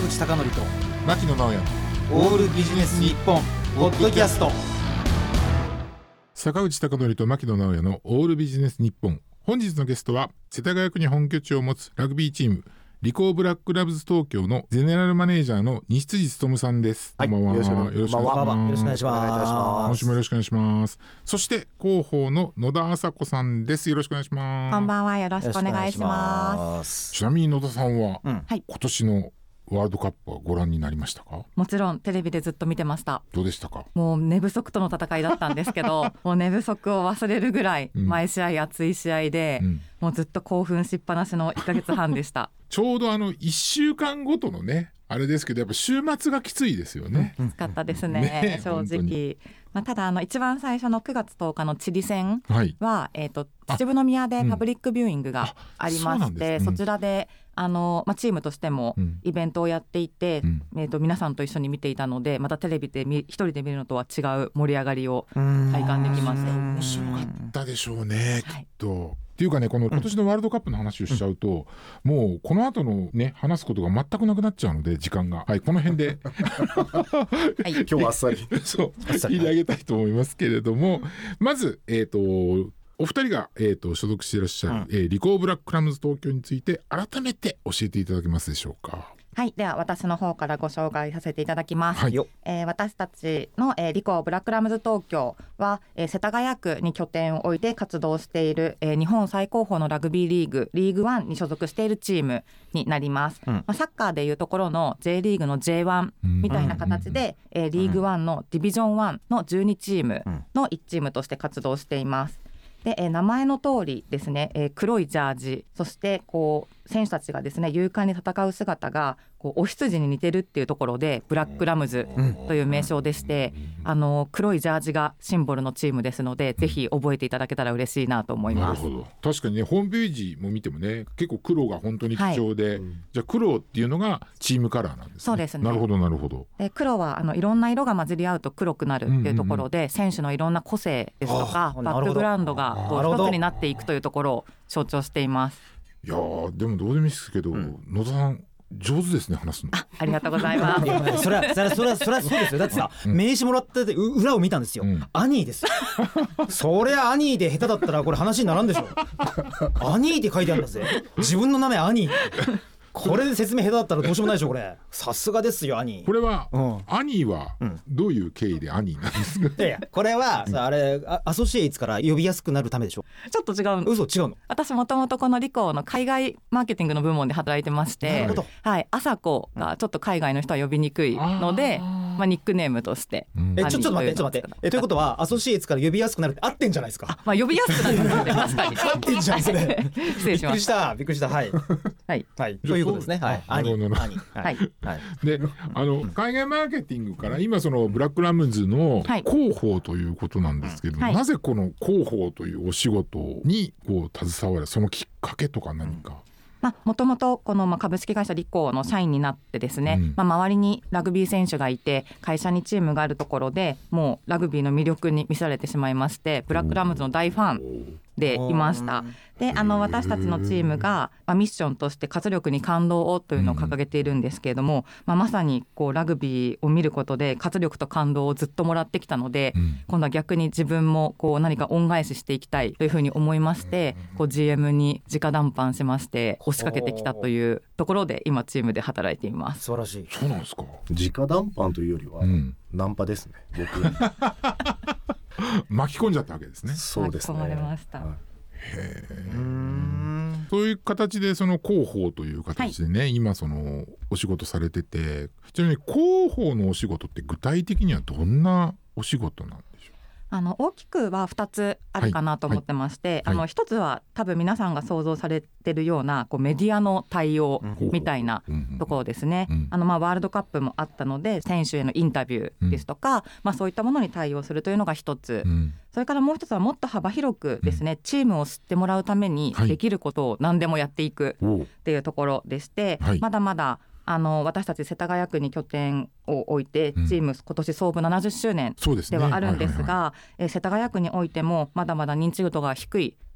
口貴教と牧野直哉オールビジネス日本ポッドキャスト。 坂口貴教と牧野直哉のオールビジネス日本。本日のゲストは世田谷区に本拠地を持つラグビーチームリコーブラックラブズ東京のゼネラルマネージャーの西辻勉さんです。 はい、 こんばんは。 よろしくお願いします。 今週もよろしくお願いします。そして広報の野田麻子さんです。よろしくお願いします。 こんばんは、よろしくお願いします。 ちなみに野田さんは、 はい、 今年のワールドカップはご覧になりましたか？ もちろんテレビでずっと見てました。 どうでしたか？ もう寝不足との戦いだったんですけどもう寝不足を忘れるぐらい毎試合熱い試合で、もうずっと興奮しっぱなしの1ヶ月半でしたちょうど1週間ごとのねあれですけど、やっぱ週末がきついですよね。 きつかったですね正直。ただ一番最初の9月10日のチリ戦は、秩父宮でパブリックビューイングがありまして、そちらでチームとしてもイベントをやっていて、皆さんと一緒に見ていたので、またテレビで一人で見るのとは違う盛り上がりを体感できました。 面白かったでしょうね、きっと。っていうかね、この今年のワールドカップの話をしちゃうと、もうこの後のね話すことが全くなくなっちゃうので、時間が、この辺で今日はあっさり切り上げたいと思いますけれども、まずお二人が、所属していらっしゃる、リコーブラックラムズ東京について改めて教えていただけますでしょうか？ はい、では私の方からご紹介させていただきます。私たちの、リコーブラックラムズ東京は、世田谷区に拠点を置いて活動している、日本最高峰のラグビーリーグリーグワンに所属しているチームになります。サッカーでいうところの J リーグの J1 みたいな形で、リーグワンのディビジョン1の12チームの1チームとして活動しています。で、名前の通りですね、黒いジャージ、そして選手たちがですね勇敢に戦う姿がお羊に似てるっていうところでブラックラムズという名称でして、黒いジャージがシンボルのチームですので、ぜひ覚えていただけたら嬉しいなと思います。 なるほど。確かにね、ホームページも見てもね、結構黒が本当に貴重で、じゃあ黒っていうのがチームカラーなんですね。 そうですね。 なるほどなるほど。 で、黒はいろんな色が混じり合うと黒くなるっていうところで、選手のいろんな個性ですとかバックグラウンドが一つになっていくというところを象徴しています。 いやでもどうでもいいですけど、野田さん上手ですね、話すの。 ありがとうございます。 それはそうですよ。だってさ、名刺もらってて裏を見たんですよ、アニーですよ。そりゃアニーで下手だったらこれ話にならんでしょ。アニーって書いてあるんだぜ、自分の名前アニー。これで説明下手だったらどうしようもないでしょ。これさすがですよ、アニー。 これは、アニーはどういう経緯でアニーなんですか？ いやこれはあれアソシエイツから呼びやすくなるためでしょ。 ちょっと違う。 嘘、違うの？ 私もともとこのリコーの海外マーケティングの部門で働いてまして、朝子がちょっと海外の人は呼びにくいので、ニックネームとして、 ちょっと待ってということはアソシエイツから呼びやすくなるって合ってんじゃないですか？ 呼びやすくなるので確かに合ってんじゃんそれ。 失礼しました。 びっくりした。はいということですね。アニで、海外マーケティングから今そのブラックラムズの広報ということなんですけど、なぜこの広報というお仕事に携わるそのきっかけとか何か？ もともとこの株式会社リコーの社員になってですね、周りにラグビー選手がいて会社にチームがあるところでもうラグビーの魅力に見せられてしまいまして、ブラックラムズの大ファンでいました。で、私たちのチームが、ミッションとして活力に感動をというのを掲げているんですけれども、まさにラグビーを見ることで活力と感動をずっともらってきたので、今度は逆に自分も何か恩返ししていきたいというふうに思いまして、GM に直談判しまして押しかけてきたというところで今チームで働いています。 素晴らしい。 そうなんですか？ 直談判というよりは、ナンパですね、僕。 巻き込んじゃったわけですね。 そうですね。 巻き込まれました。 そういう形でその広報という形でね、今そのお仕事されてて、ちなみに広報のお仕事って具体的にはどんなお仕事なんでしょう？ 大きくは2つあるかなと思ってまして、1つは多分皆さんが想像されてるようなメディアの対応みたいなところですね。ワールドカップもあったので選手へのインタビューですとか、そういったものに対応するというのが1つ、それからもう1つはもっと幅広くですね、チームを知ってもらうためにできることを何でもやっていくっていうところでして、まだまだ私たち世田谷区に拠点を置いてチーム今年創部70周年ではあるんですが、世田谷区においてもまだまだ認知度が低い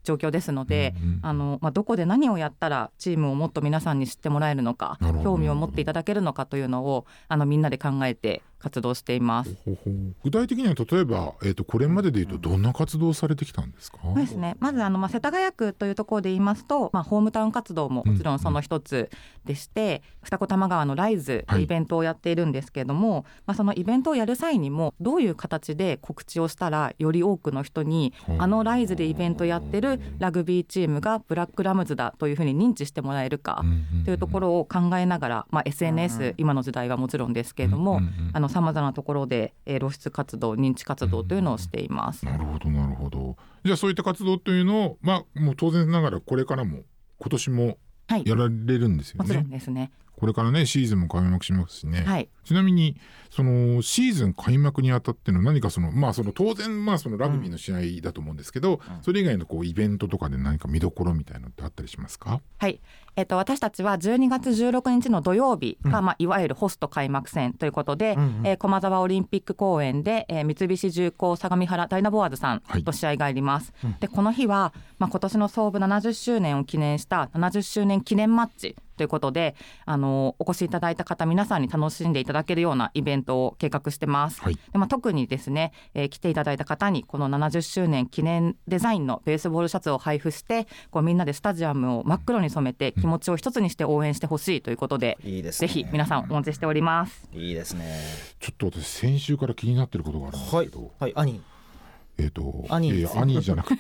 状況ですので、どこで何をやったらチームをもっと皆さんに知ってもらえるのか、興味を持っていただけるのかというのをみんなで考えて活動しています。 具体的には例えば、これまででいうとどんな活動をされてきたんですか？ そうですね、まず世田谷区というところで言いますと、ホームタウン活動ももちろんその一つでして、二子玉川のライズでイベントをやっているんですけれども、そのイベントをやる際にもどういう形で告知をしたらより多くの人にライズでイベントやってるラグビーチームがブラックラムズだというふうに認知してもらえるかというところを考えながら、SNS 今の時代はもちろんですけれども、さまざまなところで露出活動、認知活動というのをしています。 なるほどなるほど。じゃあそういった活動というのを、もう当然ながらこれからも今年もやられるんですよね？ もちろんですね。 これからねシーズンも開幕しますしね、 はい、 ちなみにそのシーズン開幕にあたっての何かその当然そのラグビーの試合だと思うんですけど、それ以外のイベントとかで何か見どころみたいなのってあったりしますか？ はい、私たちは12月16日の土曜日が、いわゆるホスト開幕戦ということで、駒沢オリンピック公園で、三菱重工相模原ダイナボアーズさんと試合があります。でこの日は、今年の創部70周年を記念した70周年記念マッチということで、お越しいただいた方皆さんに楽しんでいただけるようなイベントを計画してます。で特にですね、来ていただいた方にこの70周年記念デザインのベースボールシャツを配布して、みんなでスタジアムを真っ黒に染めて気持ちを一つにして応援してほしいということで、 いいですね、 ぜひ皆さんお待ちしております。 いいですね。 ちょっと私先週から気になってることがあるんですけど、 兄兄じゃなくて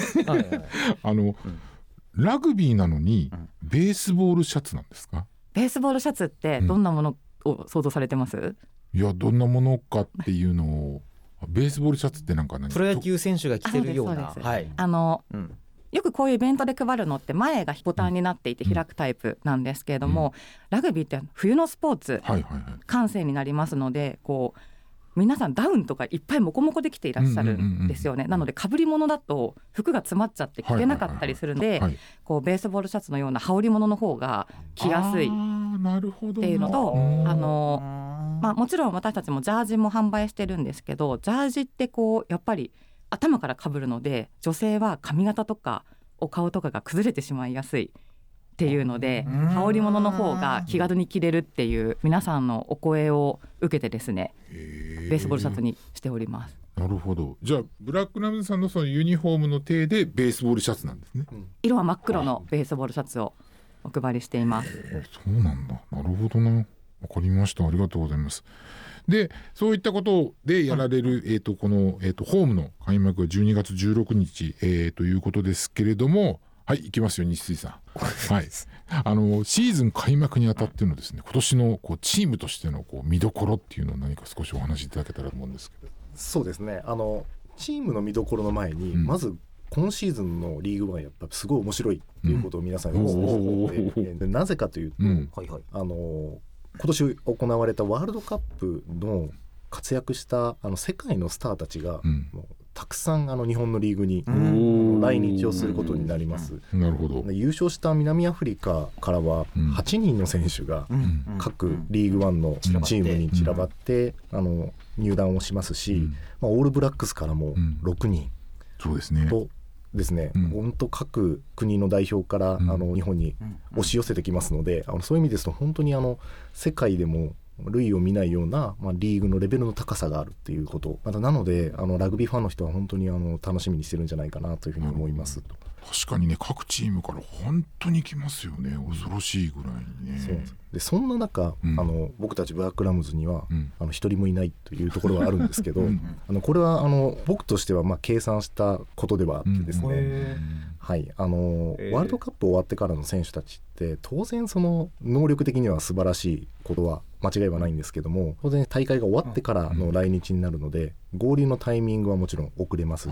ラグビーなのにベースボールシャツなんですか？ ベースボールシャツってどんなものを想像されてます？ いや、どんなものかっていうのをベースボールシャツってなんかプロ野球選手が着てるような、 よくこういうイベントで配るのって前がボタンになっていて開くタイプなんですけれども、ラグビーって冬のスポーツ、観戦になりますので、皆さんダウンとかいっぱいモコモコできていらっしゃるんですよね。なので被り物だと服が詰まっちゃって着れなかったりするんで、ベースボールシャツのような羽織物の方が着やすいっていうのと、もちろん私たちもジャージも販売してるんですけど、ジャージってやっぱり頭から被るので、女性は髪型とかお顔とかが崩れてしまいやすいっていうので、羽織物の方が気軽に着れるっていう皆さんのお声を受けてですね、ベースボールシャツにしております。 なるほど。じゃあブラックラムズさんのそのユニフォームの体でベースボールシャツなんですね。 色は真っ黒のベースボールシャツをお配りしています。 そうなんだ。なるほどな。わかりました。ありがとうございます。でそういったことでやられる、この、ホームの開幕は12月16日、ということですけれども、いきますよ西水さん。シーズン開幕にあたってのですね、今年のチームとしての見どころっていうのを何か少しお話しいただけたらと思うんですけど。 そうですね、チームの見どころの前に、まず今シーズンのリーグはやっぱすごい面白いということを皆さんにお伝えして、なぜかというと、今年行われたワールドカップの活躍した世界のスターたちが、もうたくさん日本のリーグに来日をすることになります。 なるほど。 優勝した南アフリカからは8人の選手が各リーグワンのチームに散らばって入団をしますし、オールブラックスからも6人とですね、本当各国の代表から日本に押し寄せてきますので、そういう意味ですと本当に世界でも類を見ないような、リーグのレベルの高さがあるっていうこと、なのでラグビーファンの人は本当に楽しみにしてるんじゃないかなというふうに思います。 確かにね、各チームから本当に来ますよね。恐ろしいぐらいにね。 そんな中、僕たちブラックラムズには一人もいないというところはあるんですけど、これは僕としては計算したことではあってですね、ワールドカップ終わってからの選手たちって当然その能力的には素晴らしいことは間違いはないんですけども、当然大会が終わってからの来日になるので、合流のタイミングはもちろん遅れますし、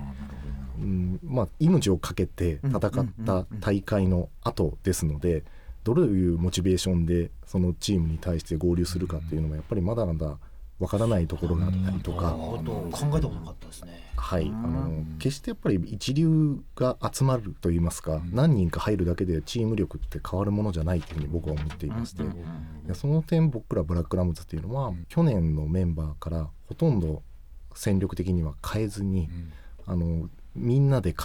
命を懸けて戦った大会の後ですので、どういうモチベーションでそのチームに対して合流するかっていうのもやっぱりまだまだわからないところがあったりとか、 考えたことなかったですね。 決してやっぱり一流が集まるといいますか、何人か入るだけでチーム力って変わるものじゃないというふうに僕は思っていまして、その点僕らブラックラムズっていうのは去年のメンバーからほとんど戦力的には変えずに、みんなで勝つっ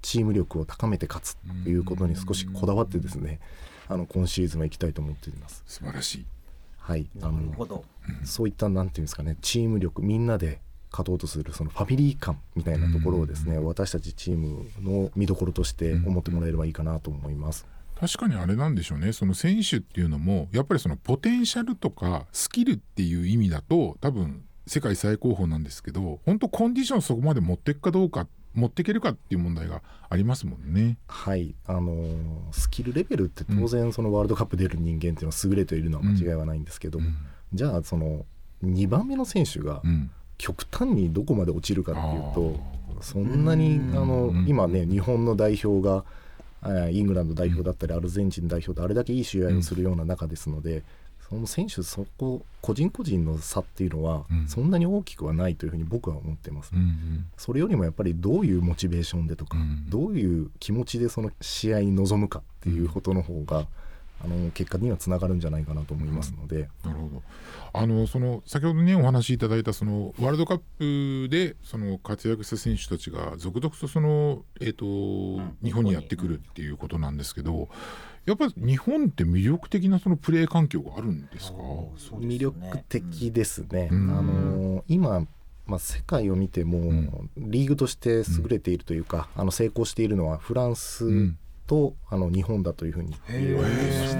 チーム力を高めて勝つということに少しこだわってですね、今シーズンは行きたいと思っています。 素晴らしい。 はい、 なるほど。 そういったなんていうんですかね、チーム力、みんなで勝とうとするそのファミリー感みたいなところをですね、私たちチームの見どころとして思ってもらえればいいかなと思います。 確かにあれなんでしょうね、その選手っていうのもやっぱりそのポテンシャルとかスキルっていう意味だと多分世界最高峰なんですけど、本当コンディションそこまで持っていくかどうか、持っていけるかっていう問題がありますもんね。 はい、スキルレベルって当然そのワールドカップ出る人間っていうのは優れているのは間違いはないんですけど、じゃあその2番目の選手が極端にどこまで落ちるかっていうと、そんなに今ね、日本の代表がイングランド代表だったりアルゼンチン代表であれだけいい試合をするような中ですので、その選手そこ個人個人の差っていうのはそんなに大きくはないというふうに僕は思ってます、それよりもやっぱりどういうモチベーションでとか、どういう気持ちでその試合に臨むかっていうことの方が結果にはつながるんじゃないかなと思いますので、 なるほど。その先ほどねお話しいただいたそのワールドカップでその活躍した選手たちが続々とその、日本にやってくるっていうことなんですけど、やっぱり日本って魅力的なそのプレー環境があるんですか？ 魅力的ですね。今、世界を見ても、リーグとして優れているというか、成功しているのはフランスと日本だというふうに言われていまして、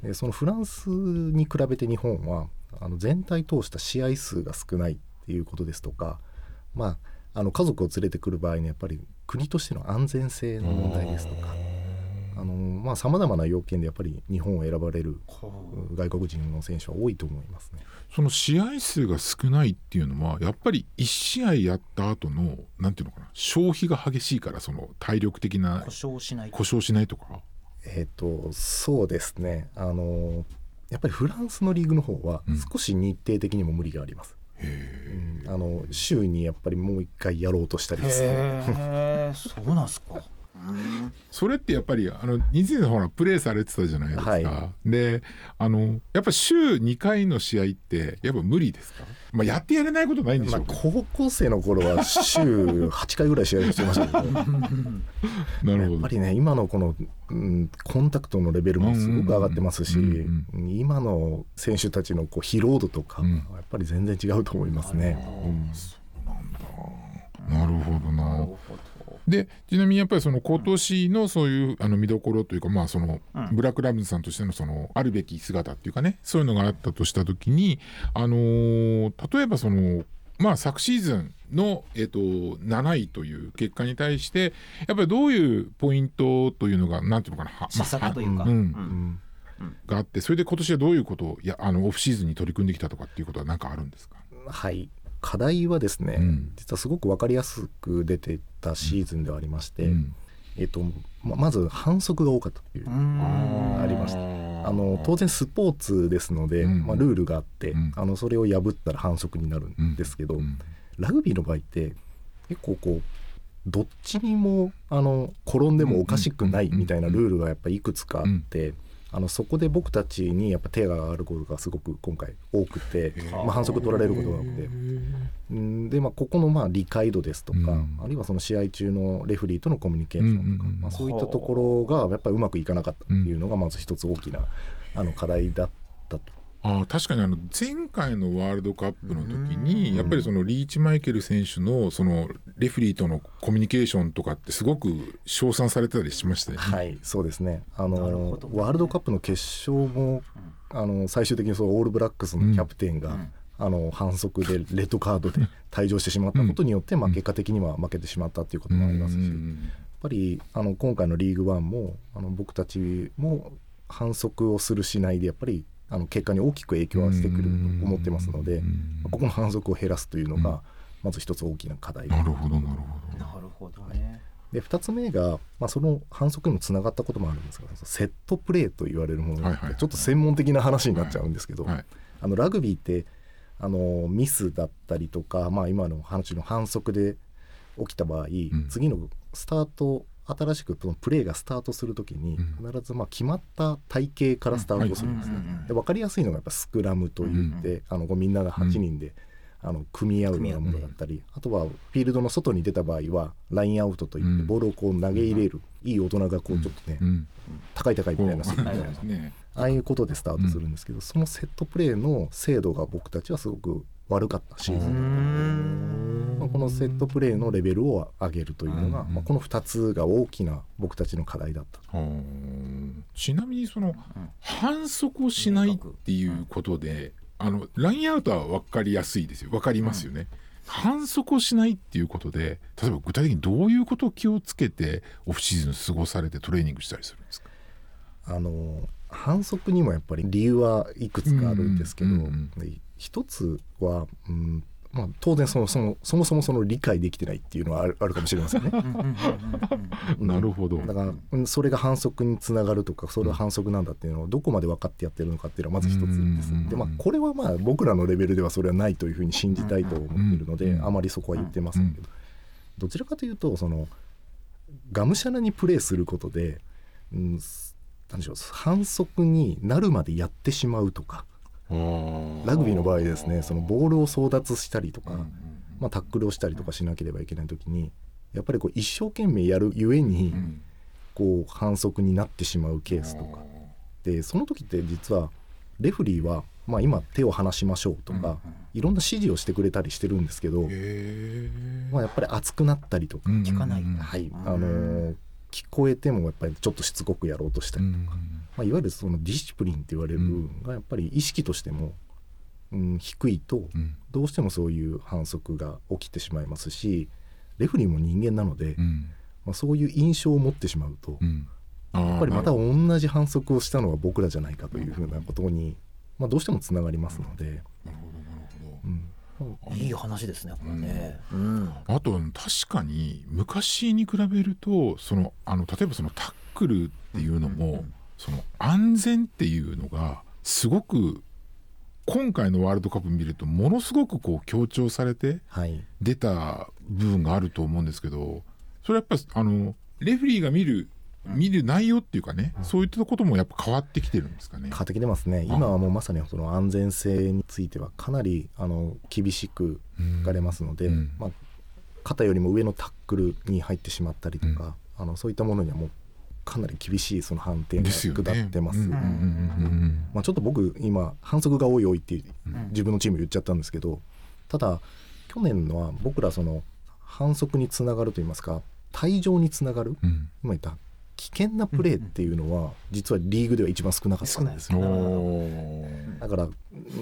そのフランスに比べて日本は全体通した試合数が少ないっていうことですとか、家族を連れてくる場合にやっぱり国としての安全性の問題ですとか、さまざまな要件でやっぱり日本を選ばれる外国人の選手は多いと思いますね。 その試合数が少ないっていうのはやっぱり1試合やった後のなんていうのかな、消費が激しいから、その体力的な故障しないとか。 そうですね、やっぱりフランスのリーグの方は少し日程的にも無理があります。週にやっぱりもう一回やろうとしたりですね。 そうなんですか。 それってやっぱり水谷さんほらプレーされてたじゃないですか、でやっぱ週2回の試合ってやっぱ無理ですか？やってやれないことないんでしょうか。 高校生の頃は週8回ぐらい試合してましたけどなるほど。やっぱりね、今のこの、コンタクトのレベルもすごく上がってますし、今の選手たちの疲労度とか、やっぱり全然違うと思いますね。 そうなんだ。なるほどな。でちなみにやっぱりその今年のそういう見どころというか、そのブラックラムズさんとしてのそのあるべき姿っていうかね、そういうのがあったとした時に、例えばその昨シーズンの、7位という結果に対してやっぱりどういうポイントというのがなんていうのかな、 施策というか、 があって、それで今年はどういうことをオフシーズンに取り組んできたとかっていうことは何かあるんですか？ はい、課題はですね、実はすごく分かりやすく出てたシーズンではありまして、まず反則が多かったというありました。当然スポーツですので、ルールがあって、それを破ったら反則になるんですけど、ラグビーの場合って結構どっちにも転んでもおかしくないみたいなルールがやっぱりいくつかあって、そこで僕たちにやっぱ手が上がることがすごく今回多くて、反則取られることが多くて、で、ここの理解度ですとか、あるいはその試合中のレフリーとのコミュニケーションとか、そういったところがやっぱりうまくいかなかったっていうのがまず一つ大きな課題だったと。 確かに前回のワールドカップの時にやっぱりそのリーチマイケル選手のそのレフリーとのコミュニケーションとかってすごく称賛されてたりしましたよね。 はい、そうですね。ワールドカップの決勝も最終的にそのオールブラックスのキャプテンが、反則でレッドカードで退場してしまったことによって、結果的には負けてしまったということもありますし、やっぱり今回のリーグワンも僕たちも反則をするしないでやっぱり結果に大きく影響はしてくると思ってますので、ここの反則を減らすというのがまず一つ大きな課題。 なるほどね。 で2つ目が、その反則にもつながったこともあるんですが、セットプレーと言われるものがちょっと専門的な話になっちゃうんですけど、ラグビーってミスだったりとか、今の話の反則で起きた場合、次のスタート新しくプレーがスタートするときに必ず決まった体系からスタートするんですね。で分かりやすいのがやっぱスクラムといって、みんなが8人で組み合うようなものだったり、あとはフィールドの外に出た場合はラインアウトといってボールをこう投げ入れる、いい大人がこうちょっとね、高いみたいなするみたいな、ああいうことでスタートするんですけど、そのセットプレーの精度が僕たちはすごく悪かったシーズンだったので、このセットプレーのレベルを上げるというのが、この2つが大きな僕たちの課題だった。 ちなみにその反則をしないっていうことで、ラインアウトは分かりやすいですよ、分かりますよね。反則をしないっていうことで、例えば具体的にどういうことを気をつけてオフシーズン過ごされてトレーニングしたりするんですか？ 反則にもやっぱり理由はいくつかあるんですけど、一つは、当然そもそもその理解できてないっていうのはあるかもしれませんね。 なるほど。 だからそれが反則につながるとか、それは反則なんだっていうのをどこまで分かってやってるのかっていうのはまず一つです。で、これは僕らのレベルではそれはないというふうに信じたいと思っているので、あまりそこは言ってませんけど、どちらかというとがむしゃらにプレーすることで、なんでしょう、反則になるまでやってしまうとか、ラグビーの場合ですね、そのボールを争奪したりとか、タックルをしたりとかしなければいけないときに、やっぱりこう一生懸命やるゆえにこう反則になってしまうケースとかで、その時って実はレフリーは、今手を離しましょうとか、いろんな指示をしてくれたりしてるんですけど、やっぱり熱くなったりとか、 聞かない、 聞こえてもやっぱりちょっとしつこくやろうとしたりとか、いわゆるそのディシプリンって言われる部分がやっぱり意識としても、低いとどうしてもそういう反則が起きてしまいますし、レフリーも人間なので、そういう印象を持ってしまうと、やっぱりまた同じ反則をしたのは僕らじゃないかというふうなことに、どうしてもつながりますので。 いい話ですね、これね。 あと確かに昔に比べると例えばそのタックルっていうのも、その安全っていうのがすごく今回のワールドカップ見るとものすごくこう強調されて出た部分があると思うんですけど、それやっぱりレフェリーが見る内容っていうかね、そういったこともやっぱ変わってきてるんですかね。 変わってきてますね。今はもうまさにその安全性についてはかなり厳しく書かれますので、肩よりも上のタックルに入ってしまったりとか、そういったものにはもうかなり厳しいその判定が下ってます。ちょっと僕今反則が多いって自分のチーム言っちゃったんですけど、ただ去年のは僕らその反則につながるといいますか、退場につながる、今言った危険なプレーっていうのは実はリーグでは一番少なかったんですよ。だから、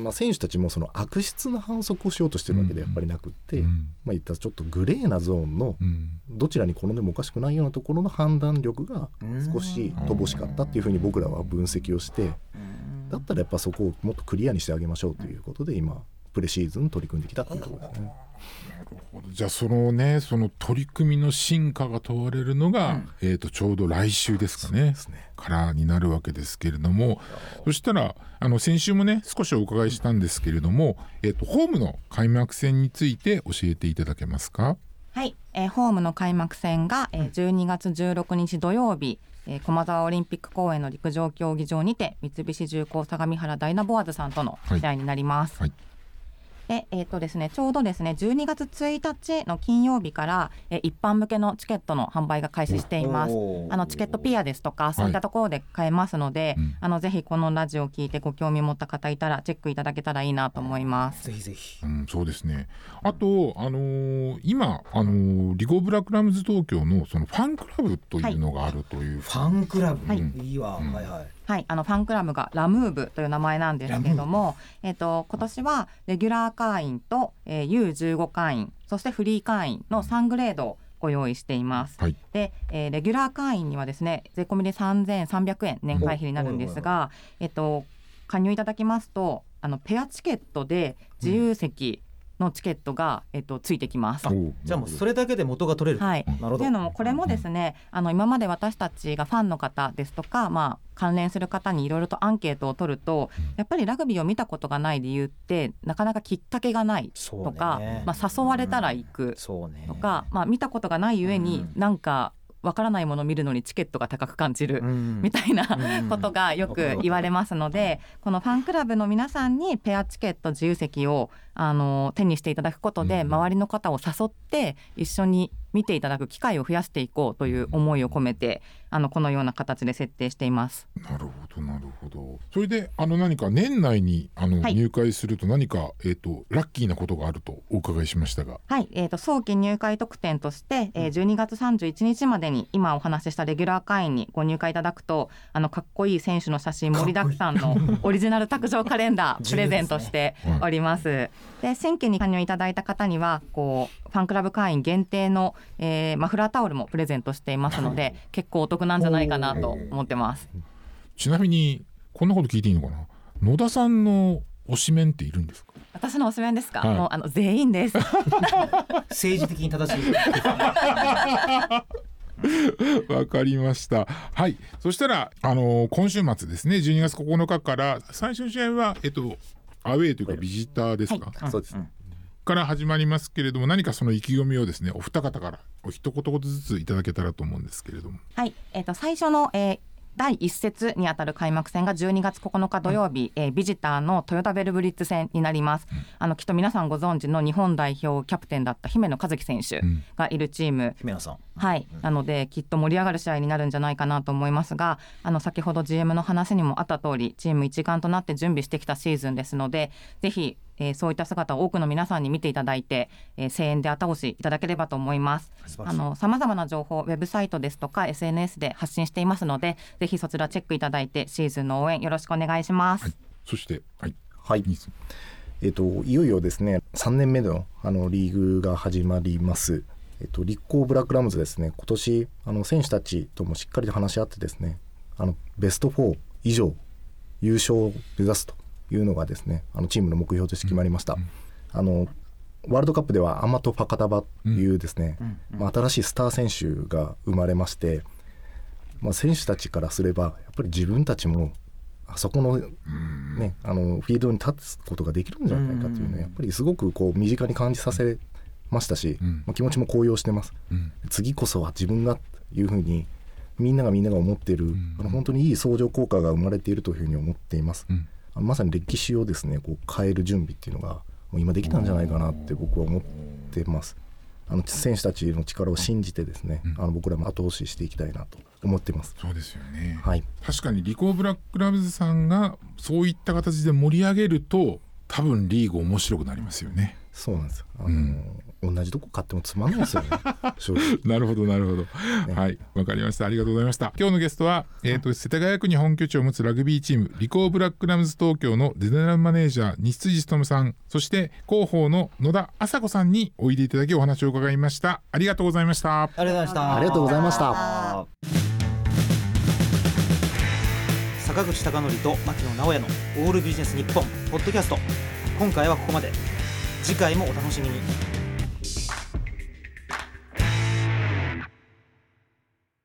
選手たちもその悪質な反則をしようとしてるわけでやっぱりなくって、言ったらちょっとグレーなゾーンのどちらに転んでもおかしくないようなところの判断力が少し乏しかったっていうふうに僕らは分析をして、だったらやっぱそこをもっとクリアにしてあげましょうということで今プレシーズン取り組んできたということですね。 じゃあその取り組みの進化が問われるのが、ちょうど来週ですかね、からになるわけですけれども、そしたら先週もね少しお伺いしたんですけれども、ホームの開幕戦について教えていただけますか？ はい、ホームの開幕戦が、12月16日土曜日、駒沢オリンピック公園の陸上競技場にて三菱重工相模原ダイナボアーズさんとの試合になります。でですね、ちょうどですね12月1日の金曜日から、一般向けのチケットの販売が開始しています。チケットピアですとかそういったところで買えますので、ぜひこのラジオを聞いてご興味持った方いたらチェックいただけたらいいなと思います。 ぜひぜひ。 そうですね。あと、今リゴブラックラムズ東京のそのファンクラブというのがあるという、 ファンクラブ、いいわ、ファンクラブがラムーブという名前なんですけれども、今年はレギュラー会員と、U15 会員、そしてフリー会員の3グレードをご用意しています。で、レギュラー会員にはですね税込みで3300円年会費になるんですが、加入いただきますとペアチケットで自由席のチケットが、ついてきます。 じゃあもうそれだけで元が取れる。なるほど。 というのもこれもですね、今まで私たちがファンの方ですとか、関連する方にいろいろとアンケートを取ると、やっぱりラグビーを見たことがない理由ってなかなかきっかけがないとか、誘われたら行くとか、見たことがないゆえになんかわからないものを見るのにチケットが高く感じるみたいなことがよく言われますので、このファンクラブの皆さんにペアチケット自由席を手にしていただくことで、周りの方を誘って一緒に見ていただく機会を増やしていこうという思いを込めてこのような形で設定しています。 なるほどなるほど。それで何か年内に入会すると何か、ラッキーなことがあるとお伺いしましたが、 はい、早期入会特典として、12月31日までに今お話ししたレギュラー会員にご入会いただくとかっこいい選手の写真盛りだくさんのオリジナル卓上カレンダープレゼントしております。で新規に加入いただいた方にはファンクラブ会員限定の、マフラータオルもプレゼントしていますので、結構お得なんじゃないかなと思ってます。 ちなみにこんなこと聞いていいのかな、野田さんの推しメンっているんですか？ 私の推しメンですか？もう全員です政治的に正しいわかりました。はい、そしたら今週末ですね、12月9日から最初の試合はアウェーというかビジターですか？ そうです、 から始まりますけれども、何かその意気込みをですね、お二方からお一言ずついただけたらと思うんですけれども。 はい、最初の、第1節にあたる開幕戦が12月9日土曜日、ビジターのトヨタベルブリッツ戦になります。きっと皆さんご存知の日本代表キャプテンだった姫野和樹選手がいるチーム、 姫野さん、 はい、なのできっと盛り上がる試合になるんじゃないかなと思いますが、先ほど GM の話にもあった通り、チーム一丸となって準備してきたシーズンですので、ぜひそういった姿を多くの皆さんに見ていただいて、声援で後押しいただければと思います。様々な情報ウェブサイトですとか SNS で発信していますので、ぜひそちらチェックいただいてシーズンの応援よろしくお願いします。 はい、そしてはい、いよいよですね3年目のリーグが始まります。立候ブラックラムズですね、今年選手たちともしっかりと話し合ってですね、ベスト4以上優勝を目指すというのがですねチームの目標として決まりました。ワールドカップではアマト・ファカタバというですね、新しいスター選手が生まれまして、選手たちからすればやっぱり自分たちもあそこの、ね、フィールドに立つことができるんじゃないかというのはやっぱりすごく身近に感じさせましたし、気持ちも高揚してます。次こそは自分がというふうにみんなが思っている、本当にいい相乗効果が生まれているというふうに思っています。まさに歴史をですね変える準備っていうのがもう今できたんじゃないかなって僕は思ってます。選手たちの力を信じてですね、僕らも後押ししていきたいなと思っています。 そうですよね、 はい、 確かにリコーブラックラムズさんがそういった形で盛り上げると多分リーグ面白くなりますよね。 そうなんですよ。同じとこ買ってもつまんないですよねなるほどなるほど、ね、はい、わかりました。ありがとうございました。今日のゲストは、世田谷区に本拠地を持つラグビーチームリコーブラックラムズ東京のゼネラルマネージャー西辻勉さん、そして広報の野田麻子さんにおいでいただきお話を伺いました。ありがとうございました。 ありがとうございました。 ありがとうございました。 坂口孝則と牧野直哉のオールビジネス日本ポッドキャスト、今回はここまで。次回もお楽しみに。